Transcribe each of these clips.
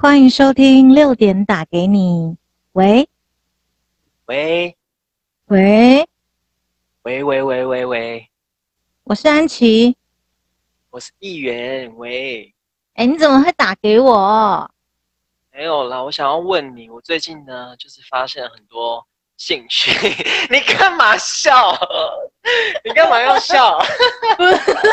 欢迎收听6点打给你。喂喂喂， 喂， 我是安琪。 我是议员。喂， 哎，你怎么会打给我？ 没有啦，我想要问你，我最近呢，就是发现很多兴趣。你干嘛笑？你干嘛要笑？ 不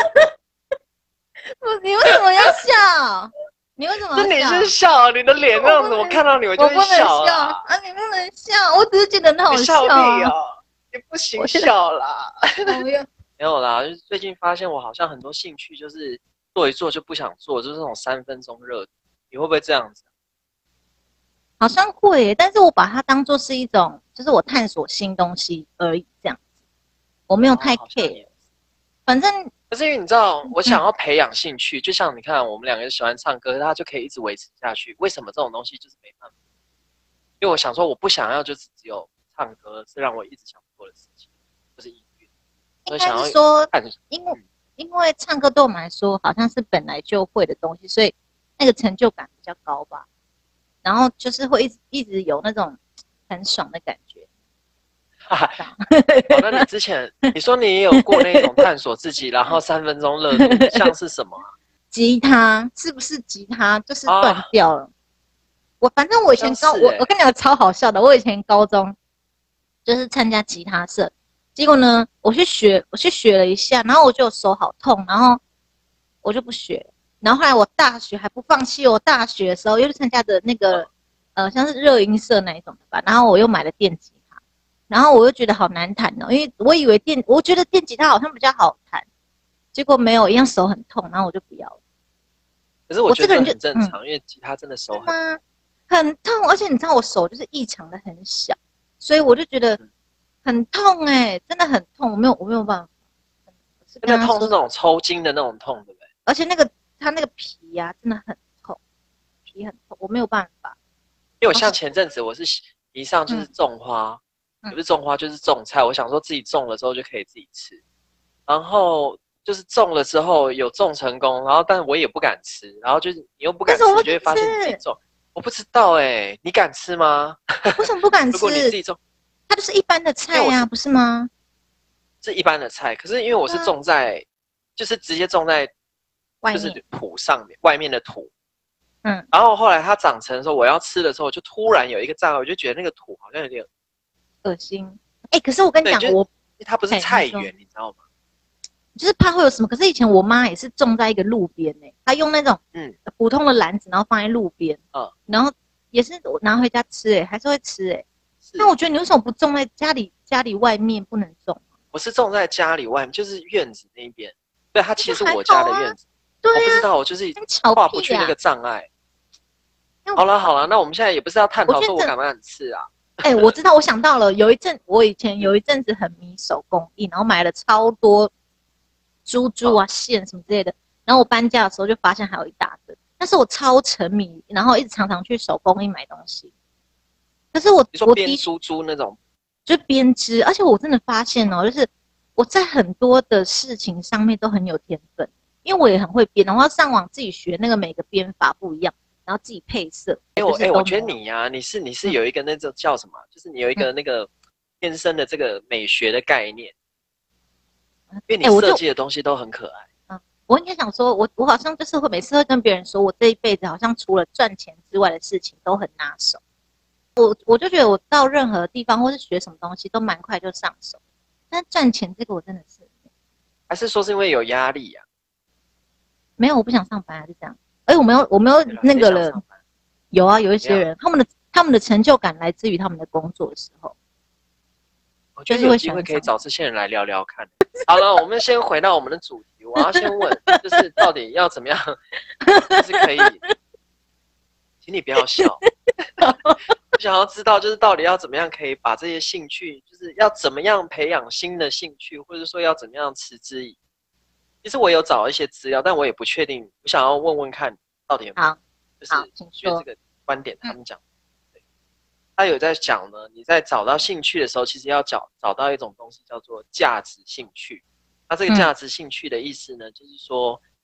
不，你为什么要笑？你为什么是你要笑？ 是笑，你的脸那样子，我看到你我就会我不能笑笑啦。 啊！你不能笑，我只是觉得很好你笑笑啊。 屁哦！你不行我觉得笑啦。 我要没有啦，就是最近发现我好像很多兴趣就是做一做就不想做，就是那种3分钟热度。你会不会这样子？ 好像会耶，但是我把它当做是一种，就是我探索新东西而已，这样子，我没有太好像也 care。反正可是因为你知道，我想嗯， 要培养兴趣，就像你看，我们两个喜欢唱歌，他就可以一直维持下去。为什么这种东西就是没办法？因为我想说，我不想要就是只有唱歌是让我一直想做的事情，就是音乐，所应该以想要是说， 看。 因为因为唱歌对我们来说好像是本来就会的东西，所以那个成就感比较高吧。然后就是会一直有那种很爽的感觉。 哈哈，好，那你之前你说你也有过那种探索自己，然后3分钟热度，像是什么吉他是不是吉他就是断啊？ 掉了？反正我以前好像是我跟你讲超好笑的，我以前高中就是参加吉他社，结果呢我去学了一下，然后我就手好痛，然后我就不学了。然后后来我大学还不放弃，我大学的时候又去参加的那个像是热音社那一种的吧，然后我又买了电吉他，然后我又觉得好难弹哦，因为我觉得电吉他好像比较好弹，结果没有，一样手很痛，然后我就不要了。 可是我觉得这我这个人就很正常，因为吉他真的手很吗？很痛，而且你知道我手就是异常的很小，所以我就觉得嗯， 很痛哎、真的很痛，我没有办法。我是跟他说， 那痛是那种抽筋的那种痛，对不对？ 而且他那个皮呀、真的很痛，皮很痛，我没有办法。 因为我好像像前阵子我是迷上就是嗯种花，也嗯， 不是种花就是种菜。我想说自己种了之后就可以自己吃，然后就是种了之后有种成功，然后但是我也不敢吃，然后就是你又不为敢吃， 什么不敢吃？ 你就会发现你自己种，我不知道哎，你敢吃吗？ 为什么不敢如果你自吃？ 己种， 它就是一般的因为我是菜呀、不是吗？ 一般的菜，可是因为我是啊， 种在就是直接种在就是外面， 土上面外面的土， 嗯， 然后后来它长成的时候，我要吃的时候，就突然有一个障碍，我就觉得那个土好像有点恶心。哎、可是我跟你对， 讲， 就是它不是哎，你说。 菜园，你知道吗？ 就是怕会有什么。可是以前我妈也是种在一个路边呢、她用那种嗯普通的篮子，然后放在路边，然后也是我拿回家吃还是会吃那是， 我觉得你为什么不种在家里外面不能种？ 我是种在家里外面，就是院子那边。对，它那就还其实是我家好啊。 的院子， 对啊， 我不知道，我就是很吵跨不屁呀、 去那个障碍。 那好了，那我们现在也不是要探讨我觉得这， 说我敢不敢吃啊？ 我知道，我想到了，我以前有一阵子很迷手工艺，然后买了超多珠啊、线什么之类的。然后我搬家的时候就发现还有一大堆，但是我超沉迷，然后一直常常去手工艺买东西。可是我你说我的确编珠那种， 就编织，而且我真的发现哦，就是我在很多的事情上面都很有天分，因为我也很会编，然后要上网自己学那个每个编法不一样，然后自己配色，就是我都没有。 觉得你呀、你是嗯有一个那种叫什么，就是你有一嗯个那个天生的这个美学的概念，因为你我就设计的东西都很可爱。 我应该想说，我好像就是会每次会跟别人说，我这一辈子好像除了赚钱之外的事情都很拿手。我就觉得我到任何地方或是学什么东西都蛮快就上手，但赚钱这个我真的是还是说是因为有压力呀、 没有，我不想上班，就这样。哎，我没有对了， 那个了。 谁想上班？ 有啊，有一怎么样？ 些人，他们的成就感来自于他们的工作的时候， 我觉就是会得有机会喜欢上班。 可以找这些人来聊聊看。好了，我们先回到我们的主题。我要先问，就是到底要怎么样，就是可以，请你不要笑。我想要知道，就是到底要怎么样可以把这些兴趣，就是要怎么样培养新的兴趣，或者说要怎么样持之以恒。其实我有找一些资料，但我也不确定。我想要问问看，到底有没有， 好， 就是好，请说。 因为这个观点，他们讲，对，他有在讲呢。你在找到兴趣的时候，其实要找到一种东西叫做价值兴趣。那这个嗯价值兴趣的意思呢，就是说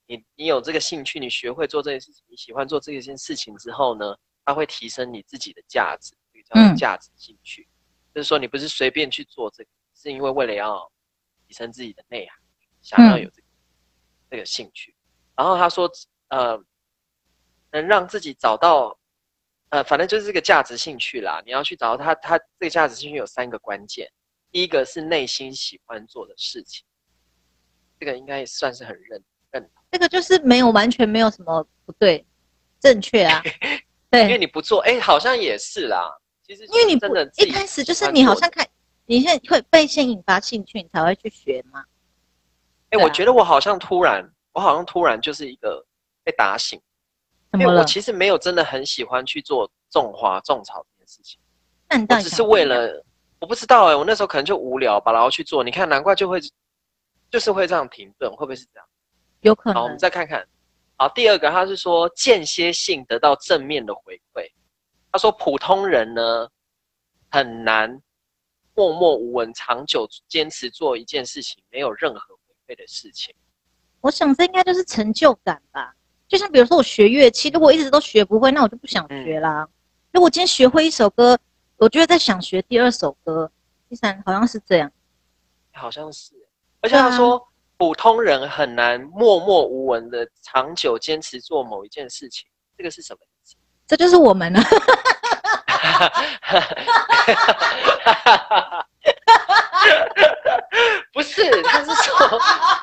你有这个兴趣，你学会做这件事情，你喜欢做这件事情之后呢，它会提升你自己的价值，这个叫做价值兴趣。就是说你不是随便去做这个，是因为为了要提升自己的内涵，想要有这个兴趣。然后他说，能让自己找到，反正就是这个价值兴趣啦。你要去找到它这个价值兴趣有3个关键。第一个是内心喜欢做的事情，这个应该算是很认同。 这个就是完全没有什么不对，正确啊。对， 因为你不做，好像也是啦。其实因为你真的一开始就是你好像你现在会被先引发兴趣，你才会去学嘛。 我觉得我好像突然就是一个被打醒，因为我其实没有真的很喜欢去做种花种草这件事情。 那你我只是为了，我不知道我那时候可能就無聊吧，然后去做。你看，难怪就是会这样停顿，会不会是这样？ 有可能。 好，我们再看看。好，第2个他是说间歇性得到正面的回馈。他说普通人呢很难默默无闻长久坚持做一件事情没有任何回馈的事情。 我想这应该就是成就感吧。就像比如说我学乐器，如果一直都学不会，那我就不想学啦。如果今天学会一首歌，我就会再想学第2首歌、第3，好像是这样。 好像是。而且他说普通人很难默默无闻的长久坚持做某一件事情，这个是什么意思？ 这就是我们了。 不是，他是说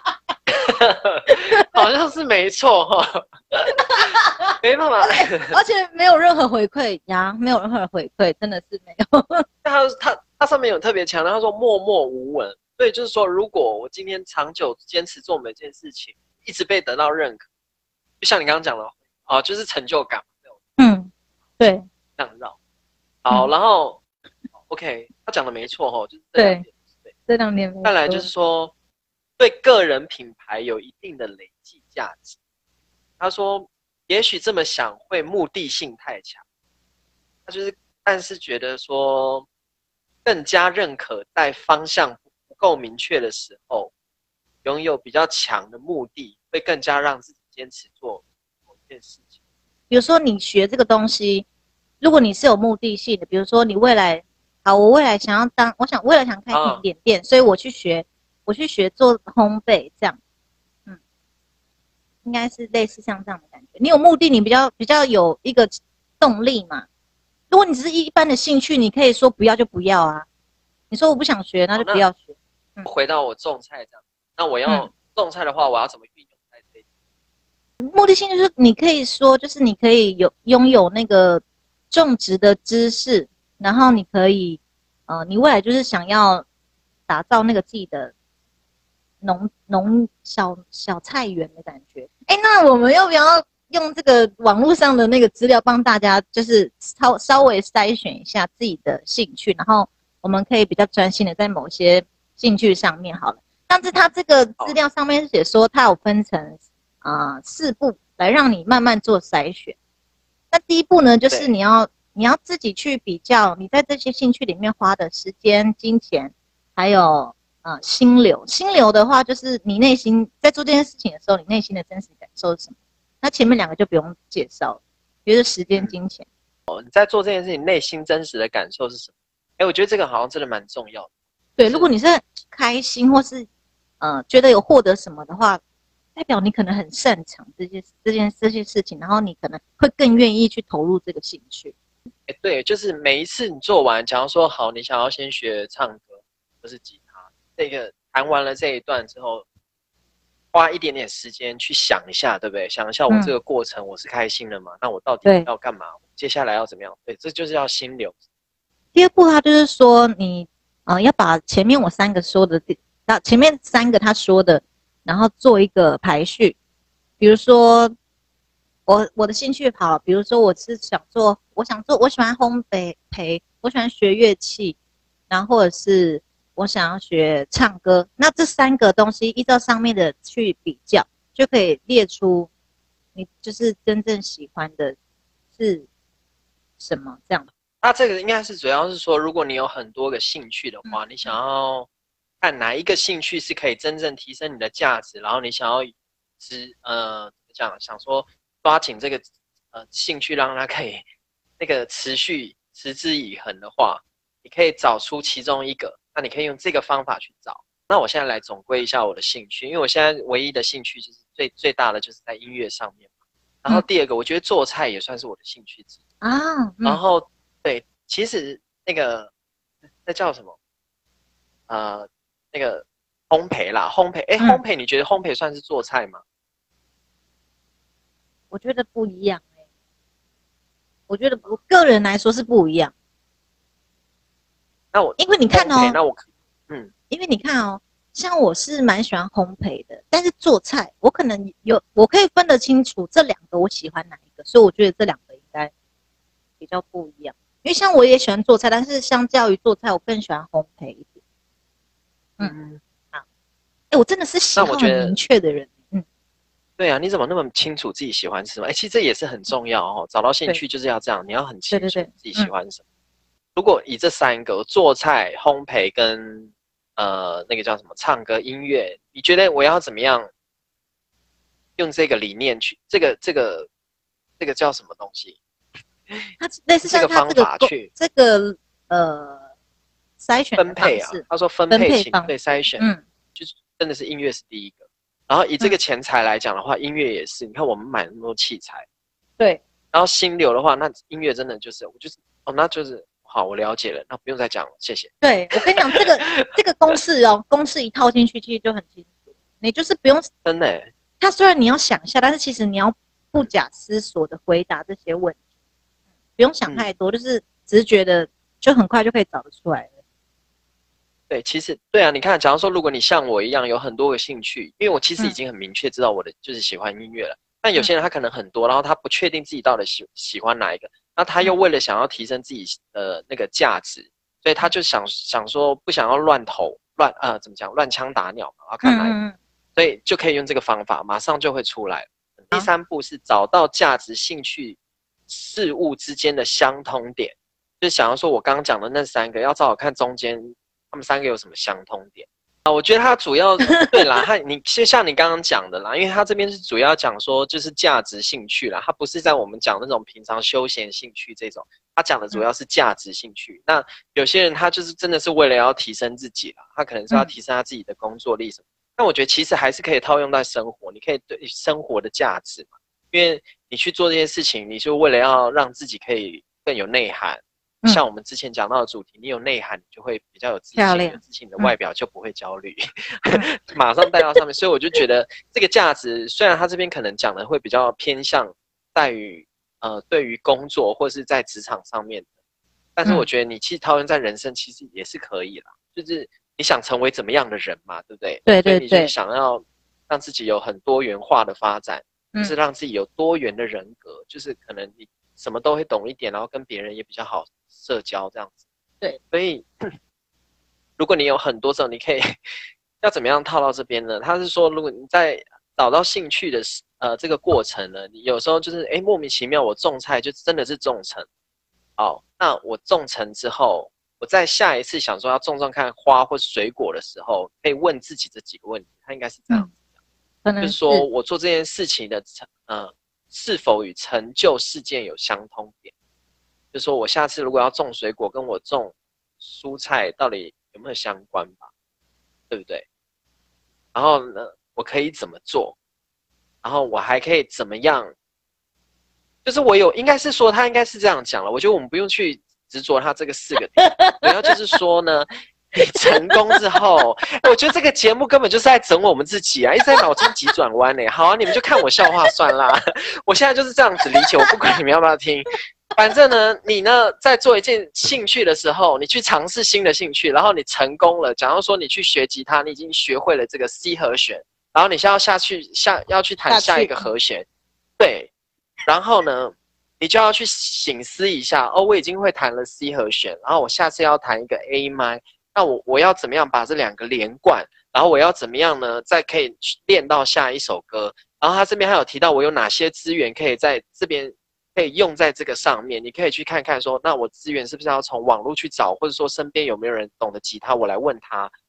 好像是没错没办法， 而且没有任何回馈呀，没有任何回馈，真的是没有。 他上面有特别强调，他说默默无闻，所以就是说，如果我今天长久坚持做每件事情，一直被得到认可，就像你刚刚讲的就是成就感。 对， 这样绕。好，然后 OK， 他讲的没错就是这2点。对， 这2点。 再来就是说，对个人品牌有一定的累积价值。他说，也许这么想会目的性太强，他就是，但是觉得说，更加认可在方向不够明确的时候，拥有比较强的目的，会更加让自己坚持做某件事情。 比如说你学这个东西，如果你是有目的性的，比如说你未来，我未来想要未来想开甜点店，所以我去学做烘焙，这样，应该是类似像这样的感觉。你有目的，你比较有一个动力嘛。如果你只是一般的兴趣，你可以说不要就不要啊。你说我不想学，那就不要学。 回到我种菜这样，那我要种菜的话，我要怎么运用在这里？ 目的性就是你可以说，就是你可以拥有那个种植的知识，然后你可以，你未来就是想要打造那个自己的小菜园的感觉。那我们要不要用这个网络上的那个资料帮大家，就是稍微筛选一下自己的兴趣，然后我们可以比较专心的在某些兴趣上面好了。但是它这个资料上面写说，它有分成4步来让你慢慢做筛选。那第1步呢，就是你要自己去比较你在这些兴趣里面花的时间、金钱，还有心流。心流的话，就是你内心在做这件事情的时候，你内心的真实感受是什么？那前面2个就不用介绍了，比如时间、金钱。 你在做这件事情，内心真实的感受是什么？我觉得这个好像真的蛮重要的。 对，如果你是开心或是觉得有获得什么的话，代表你可能很擅长这些事情，然后你可能会更愿意去投入这个兴趣。 对，就是每一次你做完，假如说好，你想要先学唱歌或是吉他，这个弹完了这一段之后，花一点点时间去想一下，对不对？想一下我这个过程我是开心的吗？那我到底要干嘛？接下来要怎么样？对，这就是要心流。 第2步，它就是说你要把前面我3个说的，前面3个他说的，然后做一个排序。比如说我的兴趣好，比如说我喜欢烘焙，我喜欢学乐器，然后或者是我想要学唱歌。那这3个东西依照上面的去比较，就可以列出你就是真正喜欢的是什么这样。 它这个应该是主要是说，如果你有很多个兴趣的话，你想要看哪一个兴趣是可以真正提升你的价值，然后你想要想说抓紧这个兴趣，让它可以那个持续持之以恒的话，你可以找出其中一个，那你可以用这个方法去找。那我现在来总归一下我的兴趣，因为我现在唯一的兴趣就是最大的就是在音乐上面嘛。然后第二个，我觉得做菜也算是我的兴趣之一啊。 然后对，其实那叫什么？那个烘焙啦，烘焙，你觉得烘焙算是做菜吗？ 我觉得不一样我觉得我个人来说是不一样。 那我因为你看哦， 那我因为你看哦，像我是蛮喜欢烘焙的，但是做菜我可能我可以分得清楚这两个我喜欢哪一个，所以我觉得这两个应该比较不一样。因为像我也喜欢做菜，但是相较于做菜，我更喜欢烘焙一点。好，我真的是喜好很明确的人。 对啊，你怎么那么清楚自己喜欢什么？其实这也是很重要哦。找到兴趣就是要这样，你要很清楚自己喜欢什么。如果以这三个做菜、烘焙跟那个叫什么唱歌、音乐，你觉得我要怎么样用这个理念去这个叫什么东西？ 它类似像这个方法去这个筛选分配啊。他说分配请对筛选，就是真的是音乐是第一个。然后以这个钱财来讲的话，音乐也是。你看我们买那么多器材， 对。 然后心流的话，那音乐真的就是那就是好，我了解了，那不用再讲了，谢谢。 对，我跟你讲，这个公式哦，公式一套进去，其实就很清楚。你就是不用真的。 它虽然你要想一下，但是其实你要不假思索的回答这些问题，不用想太多，就是直觉的，就很快就可以找得出来了。 对，其实对啊，你看，假如说如果你像我一样有很多个兴趣，因为我其实已经很明确知道我的就是喜欢音乐了。但有些人他可能很多，然后他不确定自己到底喜欢哪一个，那他又为了想要提升自己的那个价值，所以他就想说不想要怎么讲乱枪打鸟嘛，要看哪一个，所以就可以用这个方法，马上就会出来。第三步是找到价值、兴趣、事物之间的相通点，就是想要说我刚刚讲的那三个，要找我看中间。他们三个有什么相通点啊？我觉得它主要对啦，就像你刚刚讲的啦，因为它这边是主要讲说就是价值兴趣啦，它不是在我们讲那种平常休闲兴趣这种，它讲的主要是价值兴趣。那有些人他就是真的是为了要提升自己啦，他可能是要提升他自己的工作力什么。那我觉得其实还是可以套用在生活，你可以对生活的价值嘛，因为你去做这些事情，你就为了要让自己可以更有内涵。像我们之前讲到的主题，你有内涵，你就会比较有自信，有自信的外表就不会焦虑，马上带到上面。所以我就觉得这个价值，虽然他这边可能讲的会比较偏向在于对于工作或是在职场上面的，但是我觉得你其实套用在人生，其实也是可以啦。就是你想成为怎么样的人嘛，对不对？ 对。 所以你就是想要让自己有很多元化的发展，就是让自己有多元的人格，就是可能你什么都会懂一点，然后跟别人也比较好社交这样子。 对， 所以如果你有很多种，你可以要怎么样套到这边呢？他是说，如果你在找到兴趣的这个过程呢，你有时候就是莫名其妙，我种菜就真的是种成。好，那我种成之后，我在下一次想说要种看花或水果的时候，可以问自己这几个问题。他应该是这样子，就是说我做这件事情的是否与成就事件有相通点？就是说我下次如果要种水果，跟我种蔬菜到底有没有相关吧？对不对？然后呢，我可以怎么做？然后我还可以怎么样？就是应该是说他应该是这样讲了。我觉得我们不用去执着他这个4个点，主要就是说呢，你成功之后，我觉得这个节目根本就是在整我们自己啊，一直在脑筋急转弯呢。好啊，你们就看我笑话算啦。我现在就是这样子理解，我不管你们要不要听。反正呢，你呢在做一件兴趣的时候，你去尝试新的兴趣，然后你成功了。假如说你去学吉他，你已经学会了这个 C 和弦，然后你现在要去弹下一个和弦，对。然后呢，你就要去省思一下，我已经会弹了 C 和弦，然后我下次要弹一个 A 麦，那我要怎么样把这2个连贯？然后我要怎么样呢？再可以练到下一首歌。然后他这边还有提到我有哪些资源可以在这边可以用在这个上面，你可以去看看说，那我资源是不是要从网络去找，或者说身边有没有人懂得吉他，我来问他，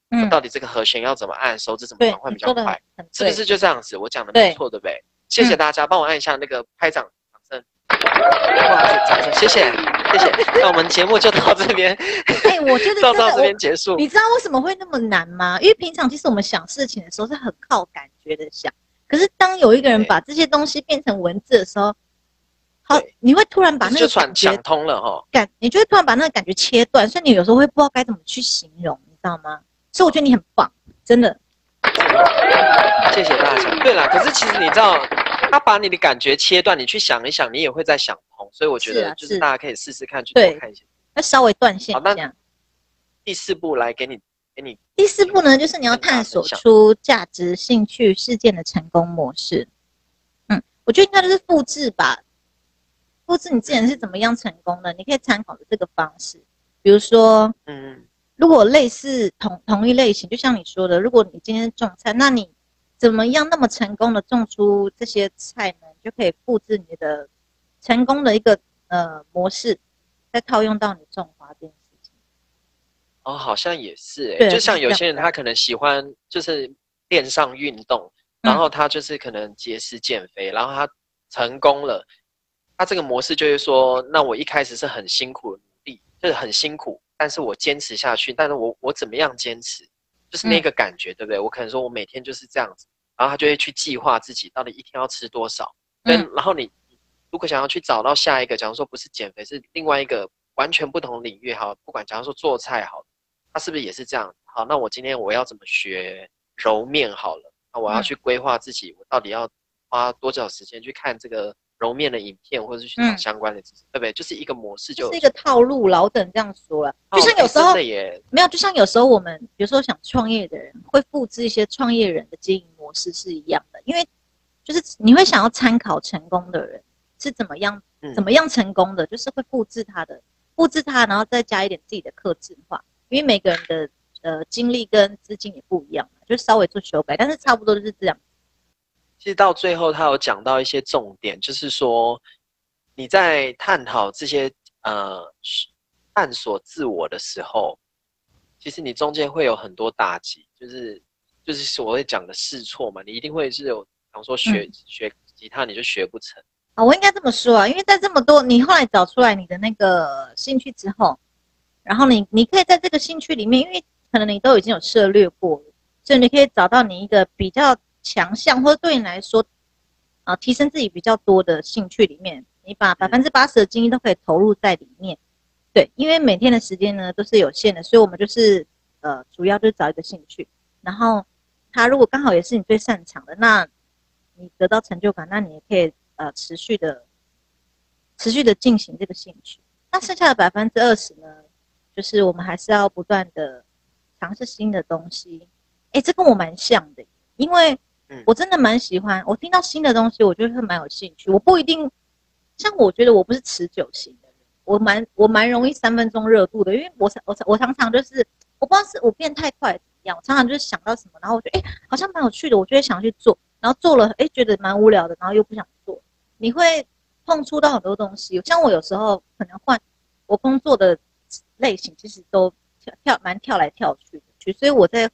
到底这个和弦要怎么按，手指怎么对， 转换你说的比较快， 很对， 是不是就这样子？我讲的没错，对不对？谢谢大家，帮我按一下那个拍掌声，哇，掌声，谢谢。那我们节目就到这边， 我觉得到这边结束。 你知道为什么会那么难吗？因为平常其实我们想事情的时候是很靠感觉的想，可是当有一个人把这些东西变成文字的时候，好，你会突然把那个感觉想通了哈， 你就会突然把那个感觉切断，所以你有时候会不知道该怎么去形容，你知道吗？所以我觉得你很棒，真的。 谢谢大家。对啦，可是其实你知道，他把你的感觉切断，你去想一想，你也会再想通。所以我觉得就是大家可以试试看，去多看一些。 要稍微断线一下。 第4步来给你。 第4步呢，就是你要探索出价值、兴趣、事件的成功模式。我觉得应该就是复制吧，复制你之前是怎么样成功的，你可以参考的这个方式。比如说，如果类似同一类型，就像你说的，如果你今天种菜，那你怎么样那么成功的种出这些菜呢？你就可以复制你的成功的一个模式，再套用到你种花这件事情。 好像也是就像有些人他可能喜欢就是练上运动，然后他就是可能节食减肥，然后他成功了，他这个模式就是说，那我一开始是很辛苦的努力，就是很辛苦。但是我坚持下去，但是我怎么样坚持，就是那个感觉，对不对？我可能说我每天就是这样子，然后他就会去计划自己到底一天要吃多少。然后你如果想要去找到下一个，假如说不是减肥，是另外一个完全不同领域，好，不管假如说做菜好，他是不是也是这样？好，那我今天我要怎么学揉面好了？那我要去规划自己，我到底要花多少时间去看这个揉面的影片，或者是去找相关的知识，对不对？就是一个模式，就是一个套路。老等这样说了，就像有时候没有，就像有时候我们比如说想创业的人会复制一些创业人的经营模式是一样的，因为就是你会想要参考成功的人是怎么样成功的，就是会复制他，然后再加一点自己的客制化，因为每个人的精力跟资金也不一样，就稍微做修改，但是差不多就是这样。 其实到最后，他有讲到一些重点，就是说你在探讨这些探索自我的时候，其实你中间会有很多打击，就是所谓讲的试错嘛，你一定会是有，比方说学吉他你就学不成啊，我应该这么说啊，因为在这么多你后来找出来你的那个兴趣之后，然后你可以在这个兴趣里面，因为可能你都已经有涉略过了，所以你可以找到你一个比较强项，或者对你来说，提升自己比较多的兴趣里面，你把80%的精力都可以投入在里面。对，因为每天的时间呢都是有限的，所以我们就是主要就是找一个兴趣，然后它如果刚好也是你最擅长的，那你得到成就感，那你也可以持续的进行这个兴趣。那剩下的20%呢，就是我们还是要不断的尝试新的东西。这跟我蛮像的，因为我真的蛮喜欢，我听到新的东西，我觉得会蛮有兴趣。我不一定像我觉得我不是持久型的人，我蛮容易3分钟热度的，因为我常常就是我不知道是我变太快怎么样，我常常就是想到什么，然后我觉得好像蛮有趣的，我就会想去做，然后做了觉得蛮无聊的，然后又不想做。你会碰触到很多东西，像我有时候可能换我工作的类型，其实都蛮跳来跳去的，所以我在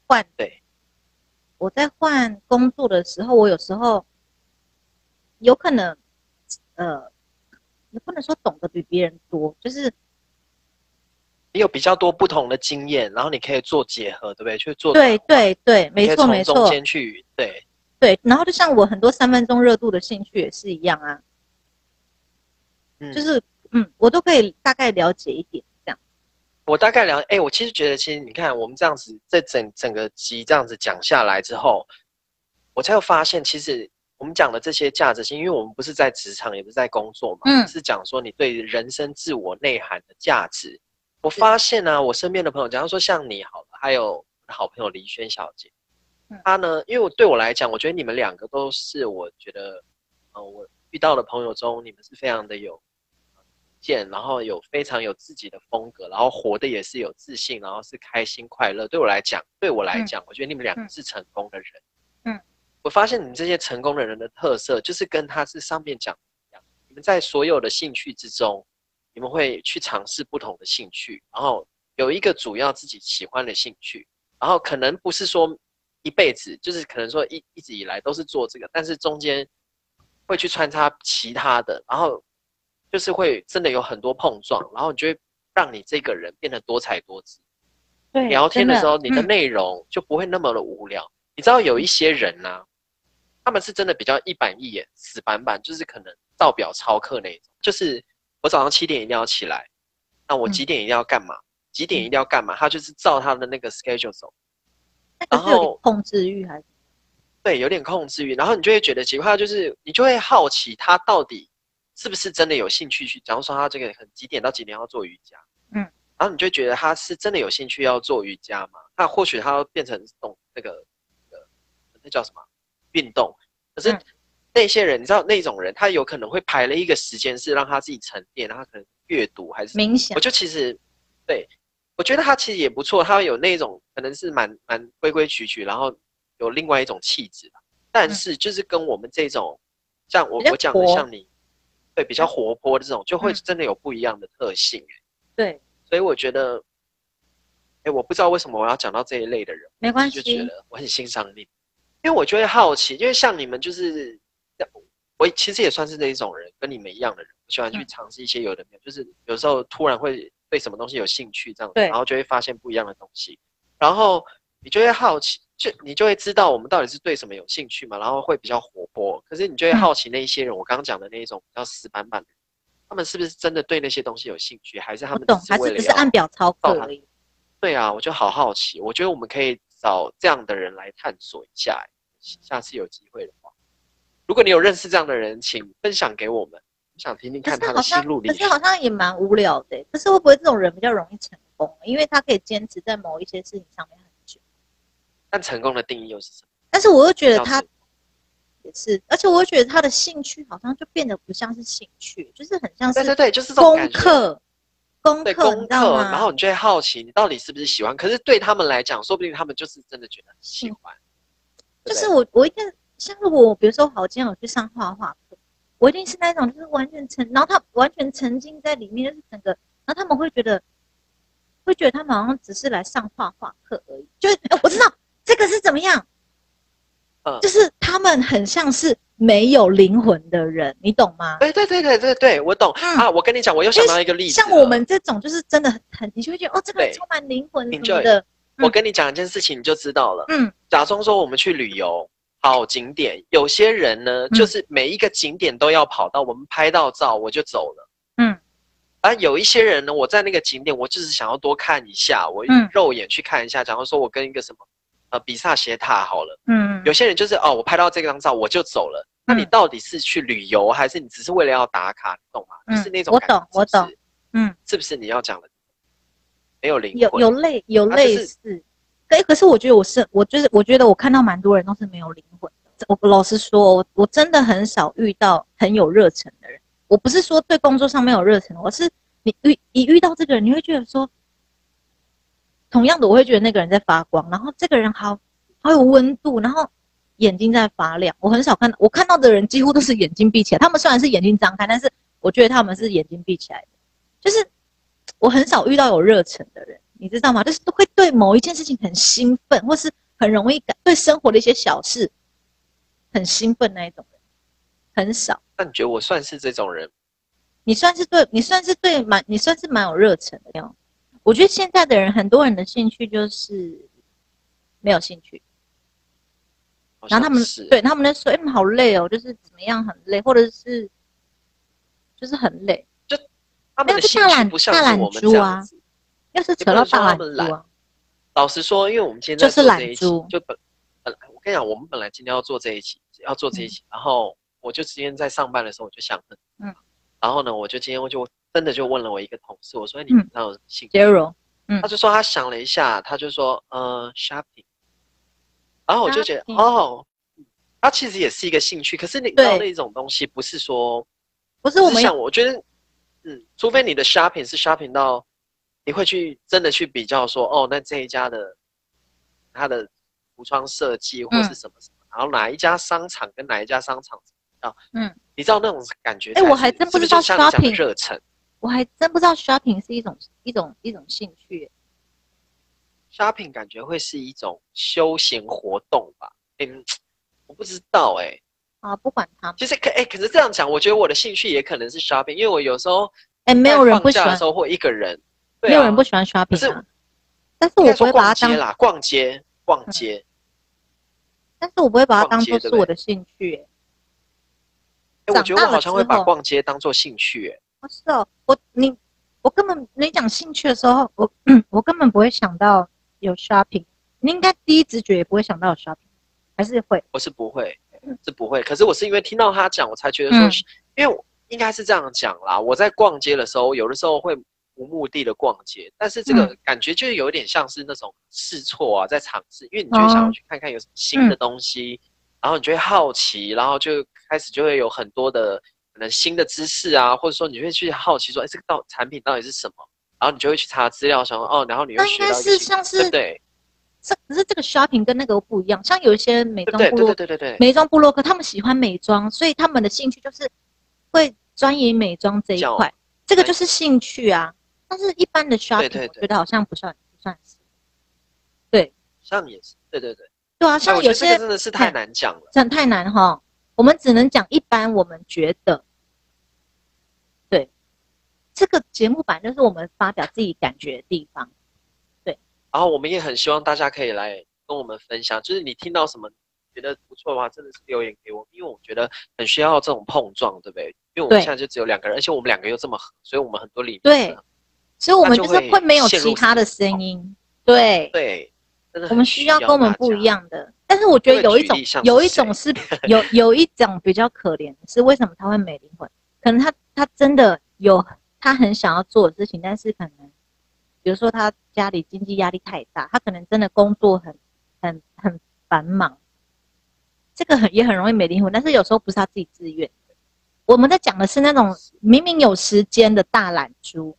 换工作的时候，我有时候有可能也不能说懂得比别人多，就是你有比较多不同的经验，然后你可以做结合，对不对？去做对，没错没错， 中间去对，然后就像我很多3分钟热度的兴趣也是一样啊，就是我都可以大概了解一点这样。 我大概了解，我其实觉得，其实你看我们这样子，在整个集这样子讲下来之后，我才有发现，其实我们讲的这些价值性，因为我们不是在职场，也不是在工作嘛，是讲说你对人生自我内涵的价值。我发现呢，我身边的朋友，假如说像你好了，还有我的好朋友黎萱小姐，她呢，因为对我来讲，我觉得你们2个都是我觉得，我遇到的朋友中，你们是非常的有见，然后非常有自己的风格，然后活的也是有自信，然后是开心快乐。对我来讲，我觉得你们2个是成功的人。我发现你们这些成功的人的特色，就是跟他是上面讲的一样，你们在所有的兴趣之中，你们会去尝试不同的兴趣，然后有一个主要自己喜欢的兴趣， 然后可能不是说一辈子，就是可能说一直以来都是做这个，但是中间会去穿插其他的，然后就是会真的有很多碰撞，然后你就会让你这个人变得多彩多姿。 对， 聊天的时候，你的嗯内容就不会那么的无聊。你知道有一些人啊，他们是真的比较一板一眼、死板板，就是可能照表操课那种。就是我早上7点一定要起来，那我几点一定要干嘛？几点一定要干嘛？他就是照他的那个 schedule 走。 那可是有点控制欲还是？ 对，有点控制欲，然后你就会觉得奇怪，就是你就会好奇他到底是不是真的有兴趣去。假如说他这个很几点到几点要做瑜伽，然后你就觉得他是真的有兴趣要做瑜伽嘛？那或许他要变成那叫什么运动？可是那些人，你知道那种人，他有可能会排了一个时间是让他自己沉淀，然后可能阅读还是冥想。 我就其实对我觉得他其实也不错，他有那种可能是蛮规规矩矩，然后有另外一种气质吧。但是就是跟我们这种像我讲的像你，对比较活泼的这种，就会真的有不一样的特性。 对。 所以我觉得，我不知道为什么我要讲到这一类的人， 没关系， 就觉得我很欣赏你，因为我就会好奇，因为像你们就是，我其实也算是这一种人，跟你们一样的人，我喜欢去尝试一些有的没有，就是有时候突然会对什么东西有兴趣这样子，然后就会发现不一样的东西，然后你就会好奇，你就会知道我们到底是对什么有兴趣嘛，然后会比较活泼，可是你就会好奇那一些人，我刚刚讲的那一种比较死板板的人。他们是不是真的对那些东西有兴趣，还是他们还是只是按表操课而已？ 对啊，我就好好奇。我觉得我们可以找这样的人来探索一下，下次有机会的话，如果你有认识这样的人，请分享给我们，我想听听看他的心路历程。 可是好像也蛮无聊的。可是会不会这种人比较容易成功？因为他可以坚持在某一些事情上面很久。 但成功的定义又是什么？ 但是我又觉得他。也是，而且我觉得他的兴趣好像就变得不像是兴趣，就是很像是对，就是这种功课，功课， 然后你就会好奇你到底是不是喜欢。可是对他们来讲，说不定他们就是真的觉得很喜欢。 就是我一定像如果我比如说好，今天我去上画画课，我一定是那种就是完全然后他完全沉浸在里面，就是整个，然后他们会觉得他们好像只是来上画画课而已，就是我知道这个是怎么样。就是他们很像是没有灵魂的人，你懂吗？ 对，我懂啊！我跟你讲，我又想到一个例子， 像我们这种就是真的很，你就会觉得这个人充满灵魂什么的。 我跟你讲一件事情，你就知道了。假装说我们去旅游，跑景点，有些人呢，就是每一个景点都要跑到，我们拍到照我就走了。而有一些人呢，我在那个景点，我就是想要多看一下，我肉眼去看一下。假如说我跟一个什么。比萨斜塔好了，有些人就是我拍到这张照我就走了。那你到底是去旅游，还是你只是为了要打卡？你懂吗？就是那种感觉， 我懂， 是不是你要讲的没有灵魂？ 有类似，可是我觉得我觉得我看到蛮多人都是没有灵魂的。我老实说，我真的很少遇到很有热忱的人。我不是说对工作上没有热忱，我是你遇到这个人，你会觉得说。同样的，我会觉得那个人在发光，然后这个人好有温度，然后眼睛在发亮。我很少我看到的人几乎都是眼睛闭起来。他们虽然是眼睛张开，但是我觉得他们是眼睛闭起来的。就是我很少遇到有热忱的人，你知道吗？就是会对某一件事情很兴奋，或是很容易对生活的一些小事很兴奋那一种人，很少。 那你觉得我算是这种人？ 你算是蛮有热忱的样。我觉得现在的人，很多人的兴趣就是没有兴趣，然后他们在说，他们好累哦，就是怎么样很累，或者是就是很累， 就他们的兴趣不像是我们这样子。 要是扯到大懒猪啊， 老实说，因为我们今天在做这一期，我跟你讲，我们本来今天要做这一期，然后我就今天在上班的时候我就想，然后呢，我就今天就真的就问了我一个同事，我说你平常有什么兴趣？他就说他想了一下，他就说shopping， 然后我就觉得他其实也是一个兴趣，可是你知道那种东西不是说不是我们想，我觉得除非你的 shopping 是 shopping 到你会去真的去比较说那这一家的它的服装设计或是什么什么，然后哪一家商场跟哪一家商场你知道那种感觉？ 我还真不知道 shopping 热忱。 我还真不知道 shopping 是一种兴趣。 shopping 感觉会是一种休闲活动吧？我不知道啊，不管他们。 其实可是这样讲，我觉得我的兴趣也可能是 shopping， 因为我有时候没有人不喜欢放假的时候或一个人，对啊， 没有人不喜欢 shopping 啊。但是我不会把它当逛街。 但是我不会把它当做是我的兴趣。 我觉得我好像会把逛街当做兴趣。 是哦，我根本你讲兴趣的时候，我根本不会想到有 shopping。你应该第一直觉也不会想到有 shopping， 还是会？ 我是不会，可是我是因为听到他讲，我才觉得说，因为我应该是这样讲啦。我在逛街的时候，有的时候会无目的的逛街，但是这个感觉就有点像是那种试错啊，在尝试，因为你就会想要去看看有什么新的东西，然后你就会好奇，然后就开始就会有很多的可能新的知识啊，或者说你会去好奇说，这个产品到底是什么，然后你就会去查资料，想说然后你会学到一个新的， 像是对。 可是这个 shopping 跟那个不一样，像有一些美妆部落， 对， 美妆部落客他们喜欢美妆，所以他们的兴趣就是会钻研美妆这一块，这个就是兴趣啊。但是一般的 shopping， 我觉得好像不算是，对， 好像也是，对啊，像有些真的是太难讲了， 真的太难哈。我们只能讲一般我们觉得，对，这个节目版就是我们发表自己感觉的地方。 然后我们也很希望大家可以来跟我们分享，就是你听到什么觉得不错的话，真的是留言给我们，因为我觉得很需要这种碰撞，对不对？因为我们现在就只有2个人，而且我们2个又这么合，所以我们很多理念对，所以我们就是会没有其他的声音，对， 真的我们需要跟我们不一样的。但是我觉得有一种是有一种比较可怜的是，为什么他会没灵魂？可能他真的有他很想要做的事情，但是可能。比如说他家里经济压力太大，他可能真的工作很繁忙，这个也很容易没灵魂。但是有时候不是他自己自愿的。我们在讲的是那种明明有时间的大懒猪，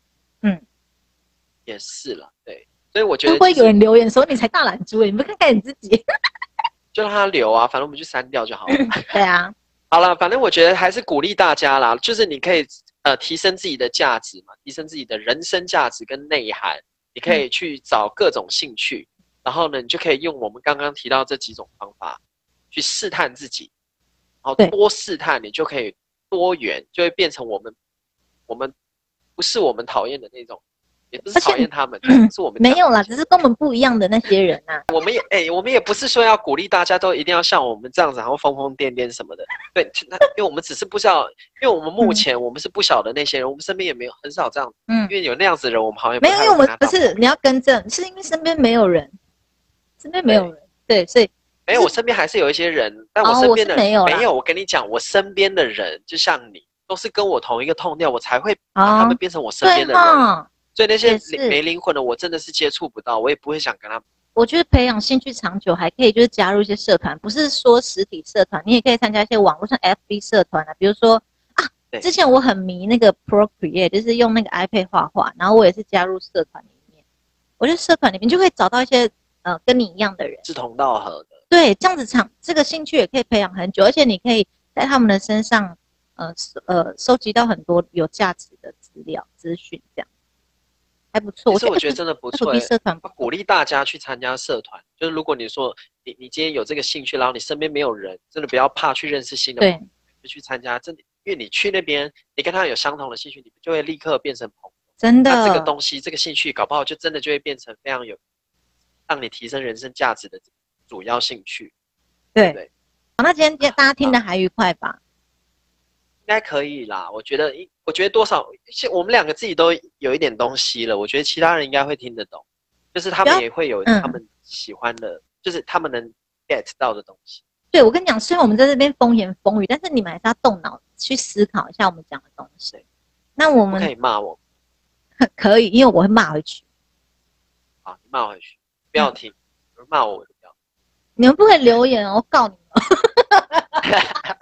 也是了，对。所以我觉得会有人留言说你才大懒猪，你不看看你自己， 就让他留啊，反正我们就删掉就好了。 对啊， 好了，反正我觉得还是鼓励大家啦，就是你可以。提升自己的价值嘛，提升自己的人生价值跟内涵，你可以去找各种兴趣，然后呢，你就可以用我们刚刚提到这几种方法去试探自己，然后多试探，你就可以多元，就会变成我们不是我们讨厌的那种，也不是讨厌他们，是我们没有啦，只是跟我们不一样的那些人啊。 我们也不是说要鼓励大家都一定要像我们这样子，然后疯疯癫癫什么的。对，因为我们只是不知道，因为我们目前我们是不晓得那些人，我们身边也没有很少这样，因为有那样子的人，我们好像没有，因为我们不是你要更正，是因为身边没有人，对，所以没有，我身边还是有一些人，但我身边的没有。我跟你讲，我身边的人就像你，都是跟我同一个痛调，我才会把他们变成我身边的人。所以那些没灵魂的，我真的是接触不到，我也不会想跟他们。 我觉得培养兴趣长久，还可以就是加入一些社团，不是说实体社团，你也可以参加一些网络上 FB 社团啊，比如说之前我很迷那个 Procreate， 就是用那个 iPad 画画，然后我也是加入社团里面。我觉得社团里面就会找到一些跟你一样的人， 志同道合的。 对，这样子这个兴趣也可以培养很久，而且你可以在他们的身上收集到很多有价值的资料资讯，这样。还不错， 其实我觉得真的不错。 社团鼓励大家去参加社团，就是如果你说你今天有这个兴趣，然后你身边没有人，真的不要怕去认识新的朋友，就去参加。真的，因为你去那边，你跟他有相同的兴趣，你们就会立刻变成朋友。 真的， 那这个东西，这个兴趣，搞不好就真的就会变成非常有让你提升人生价值的主要兴趣。对。 好，那今天大家听得还愉快吧？ 应该可以啦，我觉得多少，我们2个自己都有一点东西了，我觉得其他人应该会听得懂，就是他们也会有他们喜欢的，就是他们能 get 到的东西。 对，我跟你讲，虽然我们在这边风言风语，但是你们还是要动脑去思考一下我们讲的东西。那我们不可以骂我， 可以，因为我会骂回去。 好，你骂回去，不要听，骂我就不要。 你们不可以留言哦，我告你们。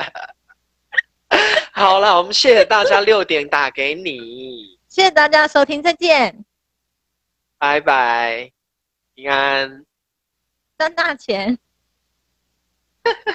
好了，我们谢谢大家6点打给你， 谢谢大家收听，再见， 拜拜，平安， 赚大钱。